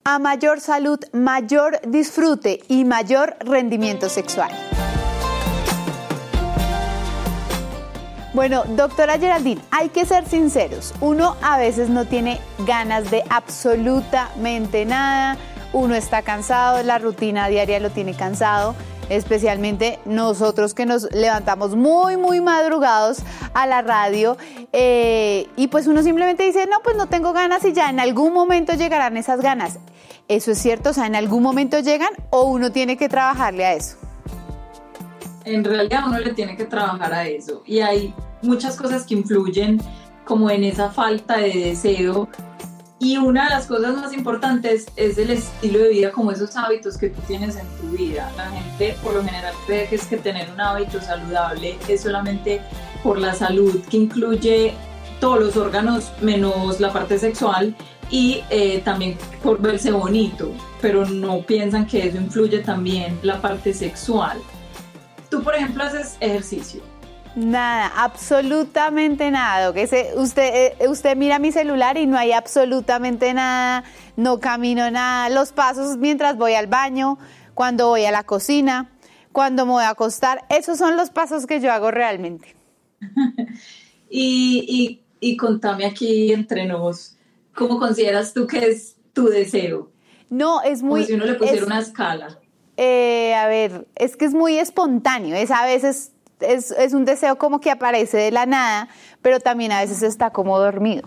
a mayor salud, mayor disfrute y mayor rendimiento sexual. Bueno, doctora Geraldine, hay que ser sinceros. Uno a veces no tiene ganas de absolutamente nada. Uno está cansado, la rutina diaria lo tiene cansado. Especialmente nosotros que nos levantamos muy madrugados a la radio y pues uno simplemente dice, no, pues no tengo ganas y ya en algún momento llegarán esas ganas. ¿Eso es cierto? O sea, ¿en algún momento llegan o uno tiene que trabajarle a eso? En realidad uno le tiene que trabajar a eso y hay muchas cosas que influyen como en esa falta de deseo. Y una de las cosas más importantes es el estilo de vida, como esos hábitos que tú tienes en tu vida. La gente por lo general cree que es que tener un hábito saludable es solamente por la salud, que incluye todos los órganos menos la parte sexual y también por verse bonito, pero no piensan que eso influye también la parte sexual. Tú, por ejemplo, haces ejercicio. Nada, absolutamente nada. Usted mira mi celular y no hay absolutamente nada, no camino nada. Los pasos mientras voy al baño, cuando voy a la cocina, cuando me voy a acostar, esos son los pasos que yo hago realmente. Y contame aquí entre nos, ¿cómo consideras tú que es tu deseo? No, es muy... Como si uno le pusiera una escala. A ver, es que es muy espontáneo, a veces... Es un deseo como que aparece de la nada, pero también a veces está como dormido.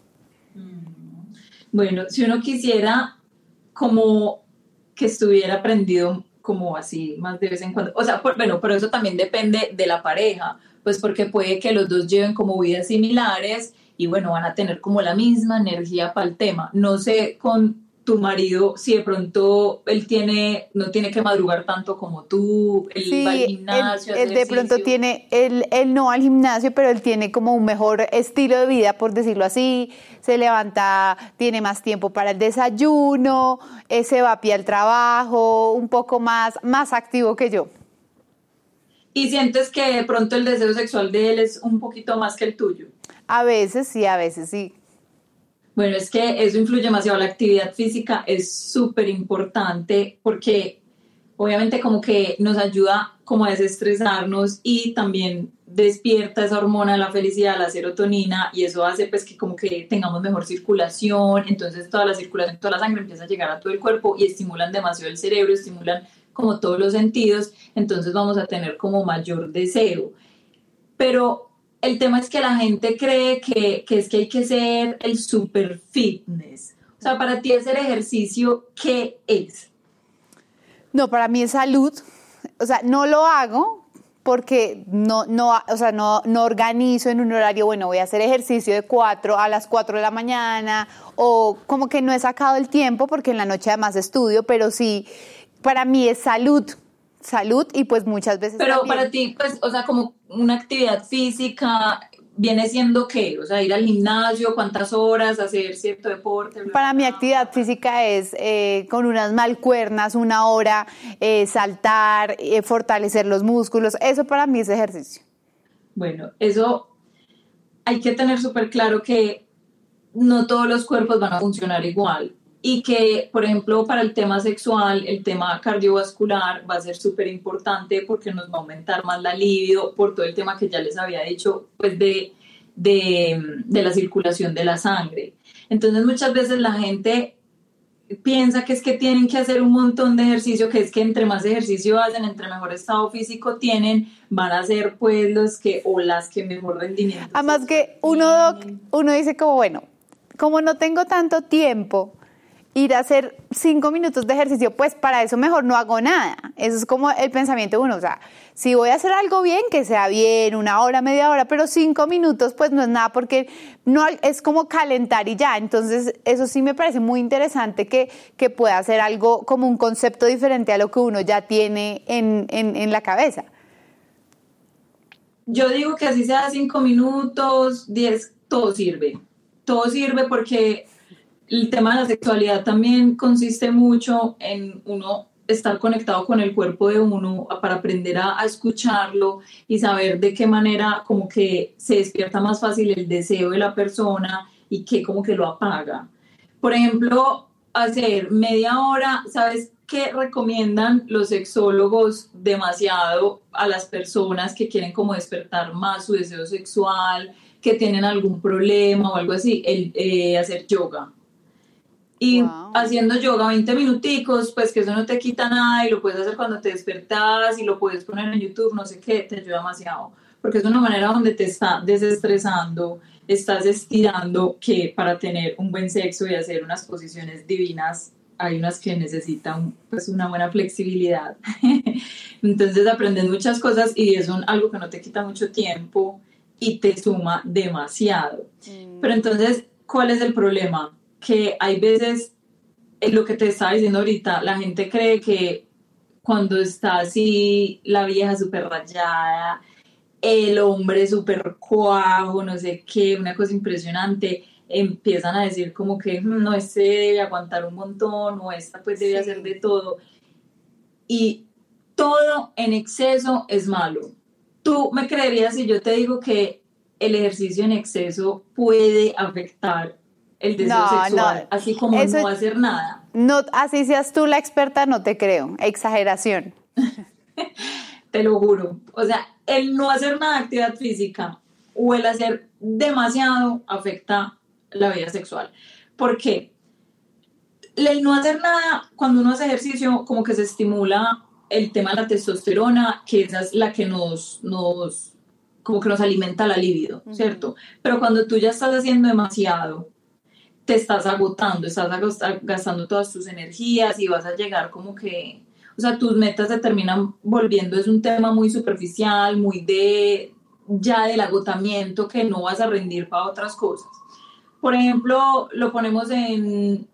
Bueno, si uno quisiera como que estuviera prendido como así más de vez en cuando, o sea, pero eso también depende de la pareja, pues porque puede que los dos lleven como vidas similares y bueno, van a tener como la misma energía para el tema. No sé con tu marido, si de pronto él no tiene que madrugar tanto como tú, él va al gimnasio, él de pronto tiene, él no va al gimnasio, pero él tiene como un mejor estilo de vida, por decirlo así, se levanta, tiene más tiempo para el desayuno, se va a pie al trabajo, un poco más activo que yo. ¿Y sientes que de pronto el deseo sexual de él es un poquito más que el tuyo? A veces sí. Bueno, es que eso influye demasiado. La actividad física es súper importante porque obviamente como que nos ayuda como a desestresarnos y también despierta esa hormona de la felicidad, la serotonina, y eso hace pues que como que tengamos mejor circulación, entonces toda la circulación, toda la sangre empieza a llegar a todo el cuerpo y estimulan demasiado el cerebro, estimulan como todos los sentidos, entonces vamos a tener como mayor deseo. Pero el tema es que la gente cree que es que hay que ser el super fitness. O sea, para ti hacer ejercicio, ¿qué es? No, para mí es salud. O sea, no lo hago porque no organizo en un horario, bueno, voy a hacer ejercicio a las 4 de la mañana, o como que no he sacado el tiempo porque en la noche además estudio, pero sí, para mí es salud y pues muchas veces pero también. Para ti, pues, o sea, como una actividad física, ¿viene siendo qué? O sea, ir al gimnasio, ¿cuántas horas? ¿Hacer cierto deporte? Para mí actividad física es con unas mancuernas, 1 hora, saltar, fortalecer los músculos, eso para mí es ejercicio. Bueno, eso hay que tener súper claro que no todos los cuerpos van a funcionar igual. Y que, por ejemplo, para el tema sexual, el tema cardiovascular va a ser súper importante porque nos va a aumentar más la libido por todo el tema que ya les había dicho, pues de la circulación de la sangre. Entonces, muchas veces la gente piensa que es que tienen que hacer un montón de ejercicio, que es que entre más ejercicio hacen, entre mejor estado físico tienen, van a ser pues los que o las que mejor rendimiento. Además que uno dice como, bueno, como no tengo tanto tiempo, ir a hacer 5 minutos de ejercicio, pues para eso mejor no hago nada. Eso es como el pensamiento de uno, o sea, si voy a hacer algo bien, que sea bien, 1 hora, media hora, pero 5 minutos pues no es nada porque no es como calentar y ya. Entonces eso sí me parece muy interesante que pueda ser algo como un concepto diferente a lo que uno ya tiene en la cabeza. Yo digo que así sea 5 minutos, 10, todo sirve porque el tema de la sexualidad también consiste mucho en uno estar conectado con el cuerpo de uno para aprender a escucharlo y saber de qué manera como que se despierta más fácil el deseo de la persona y que como que lo apaga. Por ejemplo, hacer media hora. ¿Sabes qué recomiendan los sexólogos demasiado a las personas que quieren como despertar más su deseo sexual, que tienen algún problema o algo así? Hacer yoga. Y haciendo yoga 20 minuticos, pues que eso no te quita nada y lo puedes hacer cuando te despertas y lo puedes poner en YouTube, no sé qué, te ayuda demasiado. Porque es una manera donde te está desestresando, estás estirando, que para tener un buen sexo y hacer unas posiciones divinas, hay unas que necesitan pues una buena flexibilidad. Entonces aprendes muchas cosas y es algo que no te quita mucho tiempo y te suma demasiado. Pero entonces, ¿cuál es el problema? Que hay veces, lo que te estaba diciendo ahorita, la gente cree que cuando está así la vieja súper rayada, el hombre súper cuajo, no sé qué, una cosa impresionante, empiezan a decir como que no, este debe aguantar un montón, o esta pues debe hacer de todo. Y todo en exceso es malo. ¿Tú me creerías si yo te digo que el ejercicio en exceso puede afectar el deseo sexual, así como eso, no hacer nada? No, así seas tú la experta, no te creo. Exageración. Te lo juro. O sea, el no hacer nada de actividad física o el hacer demasiado afecta la vida sexual. ¿Por qué? El no hacer nada, cuando uno hace ejercicio, como que se estimula el tema de la testosterona, que esa es la que como que nos alimenta la libido, ¿cierto? Pero cuando tú ya estás haciendo demasiado, te estás agotando, estás gastando todas tus energías y vas a llegar como que, o sea, tus metas se terminan volviendo, es un tema muy superficial, muy ya del agotamiento, que no vas a rendir para otras cosas. Por ejemplo, lo ponemos en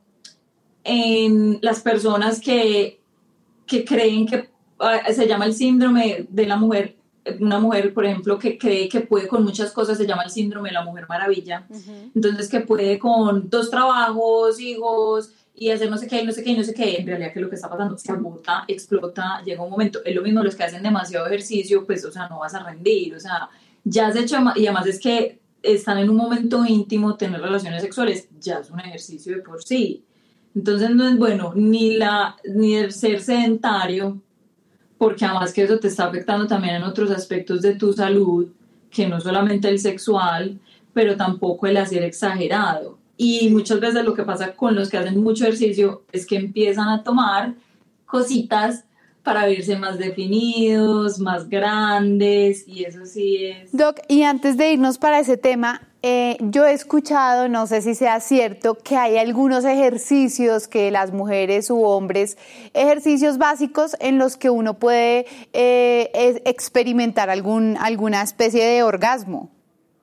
las personas que creen que se llama el síndrome de la mujer. Una mujer, por ejemplo, que cree que puede con muchas cosas, se llama el síndrome de la mujer maravilla. Entonces, que puede con 2 trabajos, hijos, y hacer no sé qué, no sé qué, no sé qué. En realidad, que lo que está pasando, se agota, explota, llega un momento. Es lo mismo los que hacen demasiado ejercicio, pues, o sea, no vas a rendir, o sea, ya has hecho, y además es que están en un momento íntimo, tener relaciones sexuales, ya es un ejercicio de por sí. Entonces, no es bueno ni el ser sedentario, porque además que eso te está afectando también en otros aspectos de tu salud, que no solamente el sexual, pero tampoco el hacer exagerado. Y muchas veces lo que pasa con los que hacen mucho ejercicio es que empiezan a tomar cositas para verse más definidos, más grandes, y eso sí es... Doc, y antes de irnos para ese tema, yo he escuchado, no sé si sea cierto, que hay algunos ejercicios que las mujeres u hombres, ejercicios básicos en los que uno puede experimentar alguna especie de orgasmo.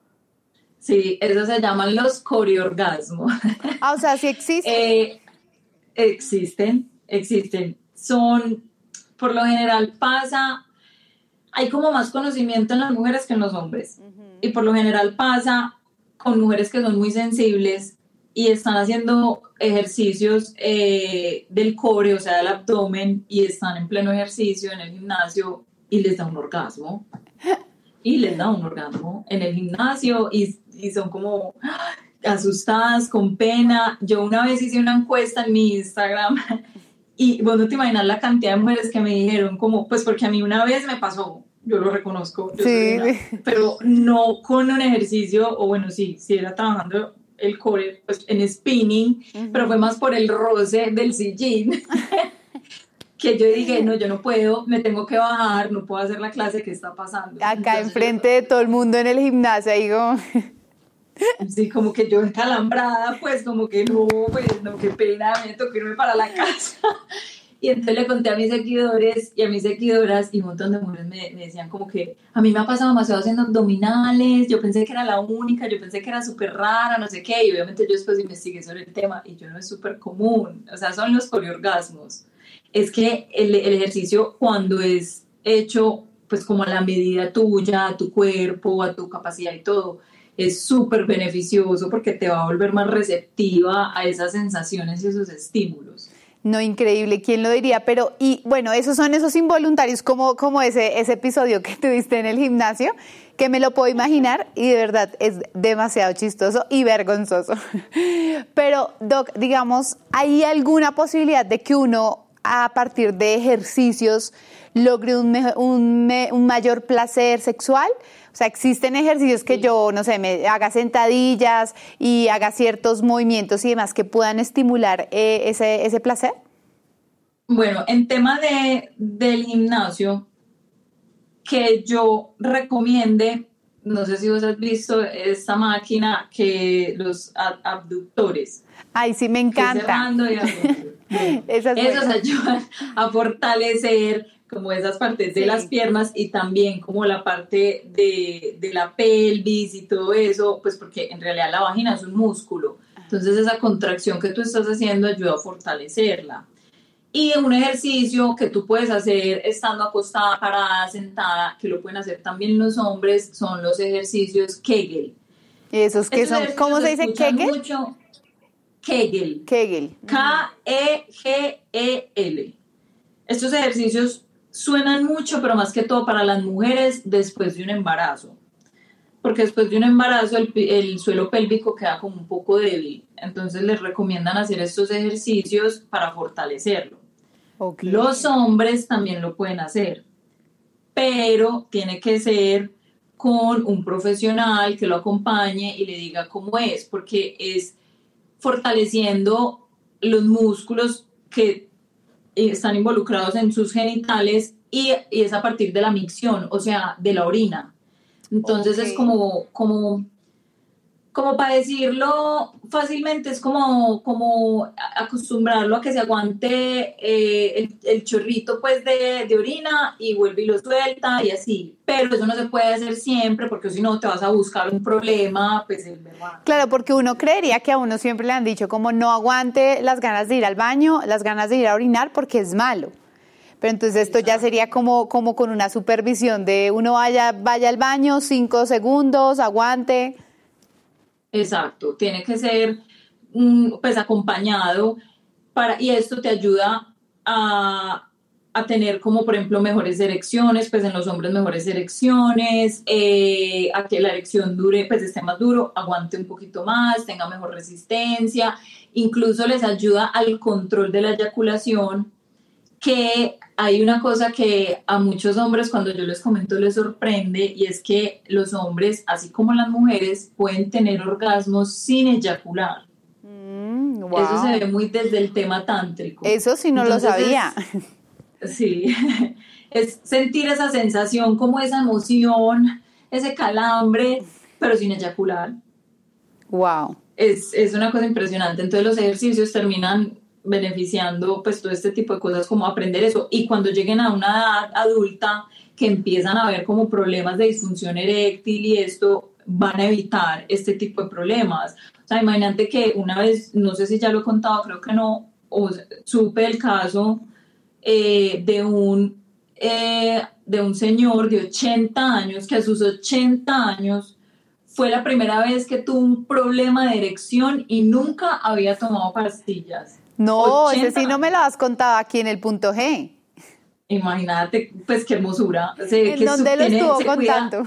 Sí, esos se llaman los coreorgasmos. Ah, o sea, sí existen. Existen. Por lo general hay como más conocimiento en las mujeres que en los hombres. Y por lo general pasa con mujeres que son muy sensibles y están haciendo ejercicios del core, o sea, del abdomen, y están en pleno ejercicio en el gimnasio y les da un orgasmo. Y les da un orgasmo en el gimnasio y son como asustadas, con pena. Yo una vez hice una encuesta en mi Instagram y vos no te imaginas la cantidad de mujeres que me dijeron como, pues porque a mí una vez me pasó, yo lo reconozco, pero no con un ejercicio, o bueno, sí era trabajando el core, pues en spinning, pero fue más por el roce del sillín, que yo dije, no, yo no puedo, me tengo que bajar, no puedo hacer la clase, ¿qué está pasando? Acá enfrente de todo el mundo en el gimnasio, digo... Sí, como que yo encalambrada, pues como que no, qué pena, me tocó irme para la casa. Y entonces le conté a mis seguidores y a mis seguidoras, y un montón de mujeres me decían como que a mí me ha pasado demasiado haciendo abdominales, yo pensé que era la única, yo pensé que era súper rara, no sé qué, y obviamente yo después investigué sobre el tema y yo no, es súper común, o sea, son los coreorgasmos. Es que el ejercicio, cuando es hecho pues como a la medida tuya, a tu cuerpo, a tu capacidad y todo, es súper beneficioso porque te va a volver más receptiva a esas sensaciones y esos estímulos. No, increíble, ¿quién lo diría? Pero, y bueno, esos son esos involuntarios, como ese episodio que tuviste en el gimnasio, que me lo puedo imaginar y de verdad es demasiado chistoso y vergonzoso. Pero, Doc, digamos, ¿hay alguna posibilidad de que uno, a partir de ejercicios, logre un mayor placer sexual? O sea, ¿existen ejercicios que yo, no sé, me haga sentadillas y haga ciertos movimientos y demás que puedan estimular ese placer? Bueno, en tema del gimnasio, que yo recomiende, no sé si vos has visto esta máquina que los abductores. Ay, sí, me encanta. Esos ayudan a fortalecer como esas partes de las piernas y también como la parte de la pelvis y todo eso, pues porque en realidad la vagina es un músculo. Entonces esa contracción que tú estás haciendo ayuda a fortalecerla. Y un ejercicio que tú puedes hacer estando acostada, parada, sentada, que lo pueden hacer también los hombres, son los ejercicios Kegel. ¿Esos que son? ¿Cómo se dice Kegel? Mucho Kegel. Kegel. K-E-G-E-L. Estos ejercicios suenan mucho, pero más que todo para las mujeres después de un embarazo. Porque después de un embarazo el suelo pélvico queda como un poco débil. Entonces les recomiendan hacer estos ejercicios para fortalecerlo. Okay. Los hombres también lo pueden hacer, pero tiene que ser con un profesional que lo acompañe y le diga cómo es, porque es fortaleciendo los músculos que están involucrados en sus genitales y es a partir de la micción, o sea, de la orina. Entonces es como para decirlo fácilmente, es como acostumbrarlo a que se aguante el chorrito pues de orina y vuelve y lo suelta y así. Pero eso no se puede hacer siempre porque si no te vas a buscar un problema, pues es verdad. Claro, porque uno creería que a uno siempre le han dicho como no aguante las ganas de ir al baño, las ganas de ir a orinar porque es malo. Pero entonces esto ya sería como con una supervisión de uno vaya al baño, 5 segundos, aguante. Exacto, tiene que ser pues acompañado y esto te ayuda a tener como por ejemplo mejores erecciones, pues en los hombres mejores erecciones, a que la erección dure, pues esté más duro, aguante un poquito más, tenga mejor resistencia, incluso les ayuda al control de la eyaculación, que hay una cosa que a muchos hombres cuando yo les comento les sorprende y es que los hombres, así como las mujeres, pueden tener orgasmos sin eyacular. Wow. Eso se ve muy desde el tema tántrico. Eso sí no lo sabía. Sí, es sentir esa sensación, como esa emoción, ese calambre, pero sin eyacular. Wow. Es una cosa impresionante. Entonces los ejercicios terminan beneficiando pues todo este tipo de cosas, como aprender eso, y cuando lleguen a una edad adulta que empiezan a ver como problemas de disfunción eréctil y esto, van a evitar este tipo de problemas. O sea, imagínate que una vez, no sé si ya lo he contado, creo que no, supe el caso de un señor de 80 años que a sus 80 años fue la primera vez que tuvo un problema de erección y nunca había tomado pastillas. No, ese sí no me lo has contado aquí en el punto G. Imagínate, pues qué hermosura. ¿En dónde lo estuvo contando?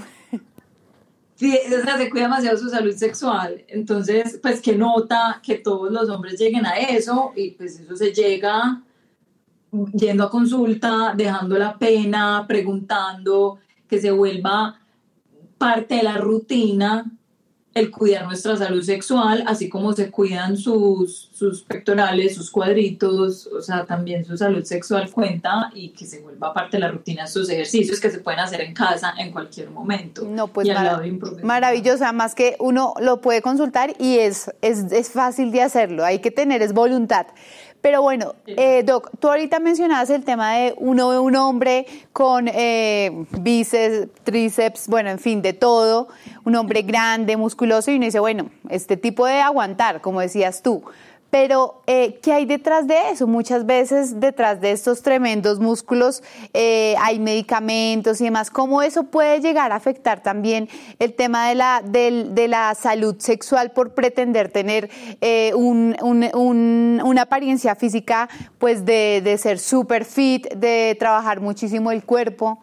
Sí, o sea, se cuida demasiado su salud sexual. Entonces, pues que nota que todos los hombres lleguen a eso y pues eso se llega yendo a consulta, dejando la pena, preguntando, que se vuelva parte de la rutina el cuidar nuestra salud sexual, así como se cuidan sus pectorales, sus cuadritos, o sea, también su salud sexual cuenta y que se vuelva parte de la rutina estos ejercicios que se pueden hacer en casa en cualquier momento. No, pues maravilloso, además que uno lo puede consultar y es fácil de hacerlo, hay que tener es voluntad. Pero bueno, Doc, tú ahorita mencionabas el tema de uno ve un hombre con bíceps, tríceps, bueno, en fin, de todo, un hombre grande, musculoso, y uno dice, bueno, este tipo de aguantar, como decías tú. Pero, ¿qué hay detrás de eso? Muchas veces detrás de estos tremendos músculos hay medicamentos y demás. ¿Cómo eso puede llegar a afectar también el tema de la salud sexual por pretender tener una apariencia física, pues de ser súper fit, de trabajar muchísimo el cuerpo?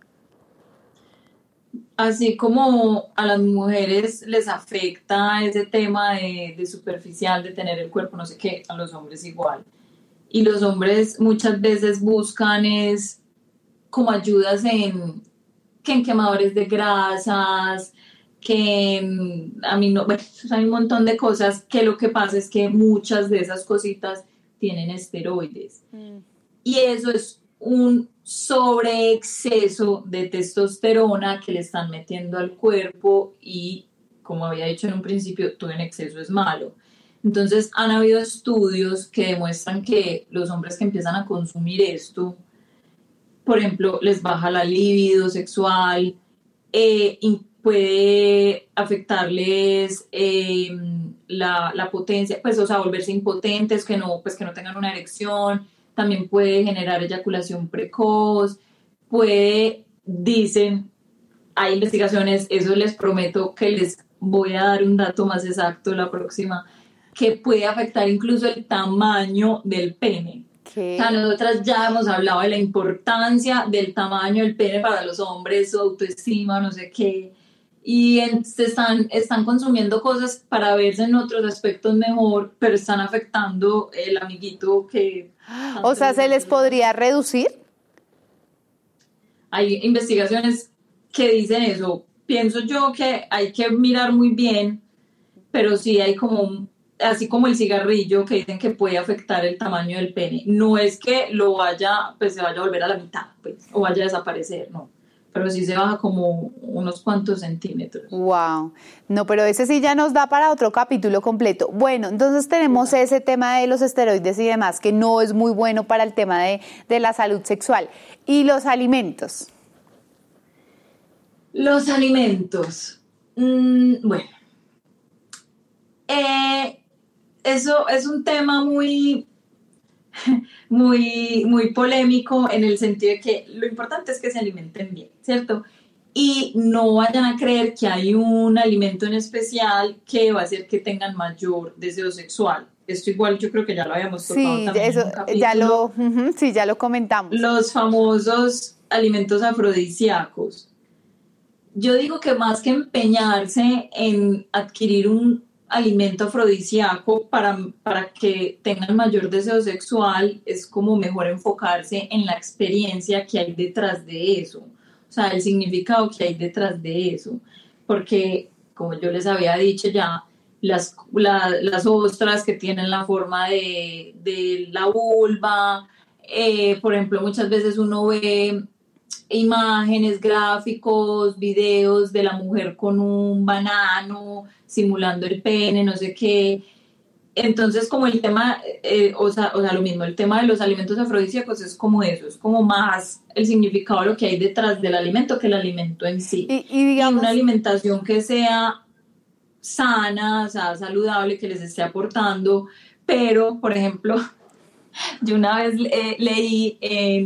Así como a las mujeres les afecta ese tema de superficial, de tener el cuerpo, no sé qué, a los hombres igual. Y los hombres muchas veces buscan es como ayudas en quemadores de grasas, que bueno, hay un montón de cosas que lo que pasa es que muchas de esas cositas tienen esteroides. Y eso es un sobreexceso de testosterona que le están metiendo al cuerpo y, como había dicho en un principio, todo en exceso es malo. Entonces han habido estudios que demuestran que los hombres que empiezan a consumir esto, por ejemplo, les baja la libido sexual, puede afectarles la potencia, pues, o sea, volverse impotentes, que no tengan una erección. También puede generar eyaculación precoz, dicen, hay investigaciones, eso les prometo que les voy a dar un dato más exacto la próxima, que puede afectar incluso el tamaño del pene. ¿Qué? O sea, nosotras ya hemos hablado de la importancia del tamaño del pene para los hombres, su autoestima, no sé qué, y están consumiendo cosas para verse en otros aspectos mejor, pero están afectando el amiguito que... O sea, ¿se les podría reducir? Hay investigaciones que dicen eso. Pienso yo que hay que mirar muy bien, pero sí hay así como el cigarrillo, que dicen que puede afectar el tamaño del pene. No es que se vaya a volver a la mitad, pues, o vaya a desaparecer, no. Pero sí se baja como unos cuantos centímetros. Wow. No, pero ese sí ya nos da para otro capítulo completo. Bueno, entonces tenemos ese tema de los esteroides y demás, que no es muy bueno para el tema de la salud sexual. ¿Y los alimentos? Los alimentos. Bueno. Eso es un tema muy polémico, en el sentido de que lo importante es que se alimenten bien, ¿cierto? Y no vayan a creer que hay un alimento en especial que va a hacer que tengan mayor deseo sexual. Esto igual yo creo que ya lo habíamos tocado también en un capítulo. Ya lo comentamos. Los famosos alimentos afrodisíacos. Yo digo que más que empeñarse en adquirir un alimento afrodisíaco para que tengan mayor deseo sexual, es como mejor enfocarse en la experiencia que hay detrás de eso, o sea, el significado que hay detrás de eso, porque como yo les había dicho ya, las ostras que tienen la forma de la vulva, por ejemplo, muchas veces uno ve imágenes, gráficos, videos de la mujer con un banano simulando el pene, no sé qué. Entonces, como el tema, o sea, lo mismo, el tema de los alimentos afrodisíacos es como eso, es como más el significado de lo que hay detrás del alimento que el alimento en sí. Y una alimentación que sea sana, o sea, saludable, que les esté aportando, pero, por ejemplo, yo una vez leí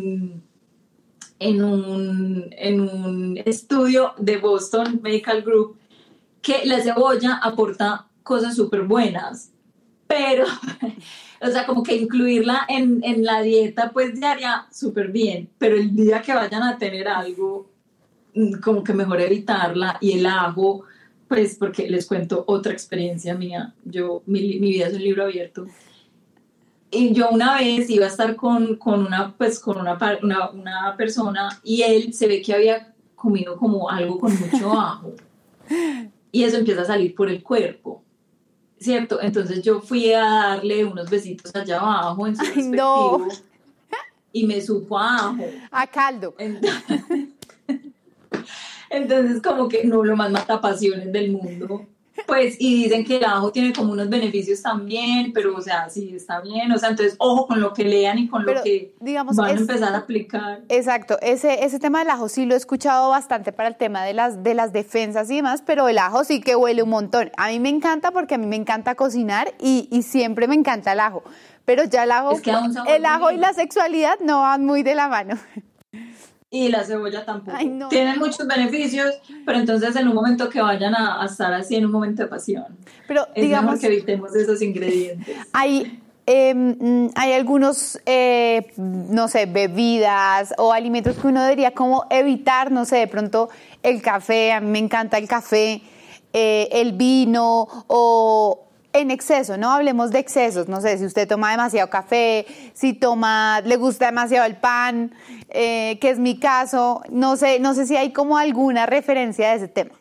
en un estudio de Boston Medical Group que la cebolla aporta cosas súper buenas, pero, o sea, como que incluirla en la dieta pues diaria, súper bien, pero el día que vayan a tener algo, como que mejor evitarla. Y el ajo, pues, porque les cuento otra experiencia mía, mi vida es un libro abierto. Y yo una vez iba a estar con una persona, y él se ve que había comido como algo con mucho ajo y eso empieza a salir por el cuerpo, ¿cierto? Entonces yo fui a darle unos besitos allá abajo en su respectivo, no. Y me supo a ajo. A caldo. Entonces como que no, lo más matapasiones del mundo. Pues, y dicen que el ajo tiene como unos beneficios también, pero, o sea, sí, está bien, o sea, entonces, ojo con lo que lean y con Pero, lo que digamos, van a empezar a aplicar. Exacto, ese tema del ajo sí lo he escuchado bastante para el tema de las defensas y demás, pero el ajo sí que huele un montón. A mí me encanta porque a mí me encanta cocinar y siempre me encanta el ajo, pero ya el ajo, Es que da un sabor el ajo y divino. la sexualidad no van muy de la mano. Y la cebolla tampoco. Ay, no. Tienen muchos beneficios, pero entonces en un momento que vayan a estar así, en un momento de pasión, Pero es digamos, mejor que evitemos esos ingredientes. hay algunos, no sé, bebidas o alimentos que uno debería como evitar, no sé, de pronto el café, a mí me encanta el café, el vino o en exceso, ¿no? Hablemos de excesos, no sé, si usted toma demasiado café, si le gusta demasiado el pan, que es mi caso, no sé si hay como alguna referencia de ese tema.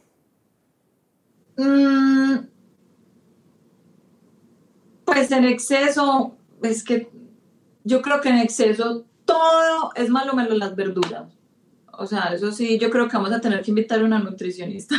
Pues en exceso, es que yo creo que en exceso todo es malo menos las verduras. O sea, eso sí, yo creo que vamos a tener que invitar a una nutricionista.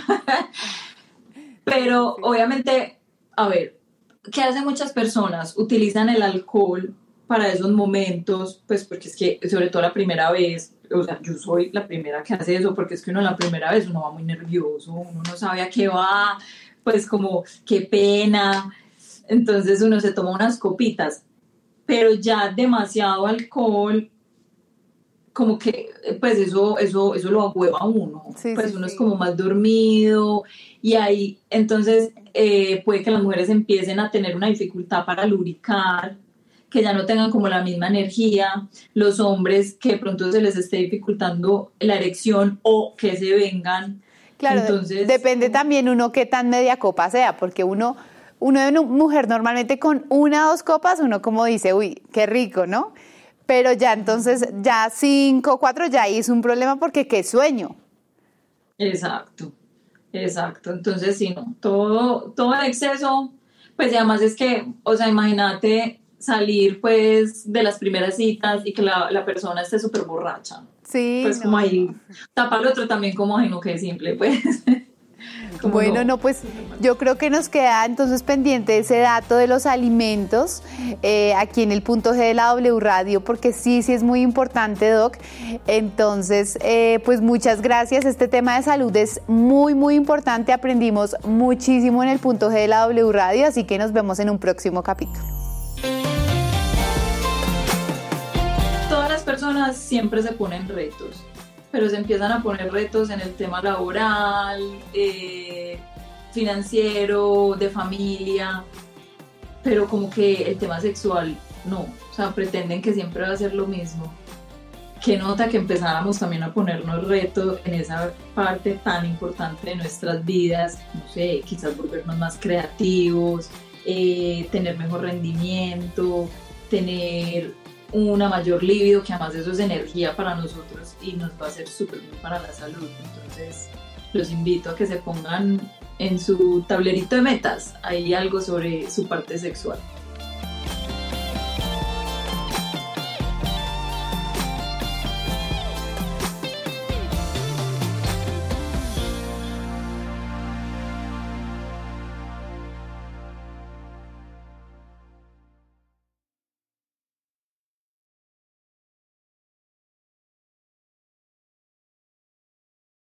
Pero obviamente, a ver, ¿qué hacen muchas personas? Utilizan el alcohol para esos momentos, pues porque es que, sobre todo la primera vez, o sea, yo soy la primera que hace eso, porque es que uno la primera vez uno va muy nervioso, uno no sabe a qué va, pues como, qué pena, entonces uno se toma unas copitas, pero ya demasiado alcohol, como que, pues eso lo ahueva a uno, Sí, pues sí, uno sí. es como más dormido, y ahí, entonces, puede que las mujeres empiecen a tener una dificultad para lubricar, que ya no tengan como la misma energía, los hombres que de pronto se les esté dificultando la erección o que se vengan. Claro, Entonces, depende también uno qué tan media copa sea, porque uno de una mujer normalmente con 1 o 2 copas, uno como dice, uy, qué rico, ¿no? Pero ya entonces, ya 5, 4, ya ahí es un problema porque qué sueño. exacto, exacto. Entonces, sí, no, todo en exceso, pues y además es que, o sea, imagínate salir pues de las primeras citas y que la persona esté súper borracha. Sí, Pues como no. ahí, tapa al otro también como, ay, no, que simple, pues. Como Bueno, no, pues yo creo que nos queda entonces pendiente ese dato de los alimentos aquí en el punto G de la W Radio, porque sí es muy importante, Doc. Entonces, pues muchas gracias. Este tema de salud es muy, muy importante. Aprendimos muchísimo en el punto G de la W Radio, así que nos vemos en un próximo capítulo. Todas las personas siempre se ponen retos, pero se empiezan a poner retos en el tema laboral, financiero, de familia, pero como que el tema sexual no, o sea, pretenden que siempre va a ser lo mismo. Qué nota que empezáramos también a ponernos retos en esa parte tan importante de nuestras vidas, no sé, quizás volvernos más creativos, tener mejor rendimiento, tener una mayor libido, que además eso es energía para nosotros y nos va a hacer súper bien para la salud. Entonces los invito a que se pongan en su tablerito de metas ahí algo sobre su parte sexual.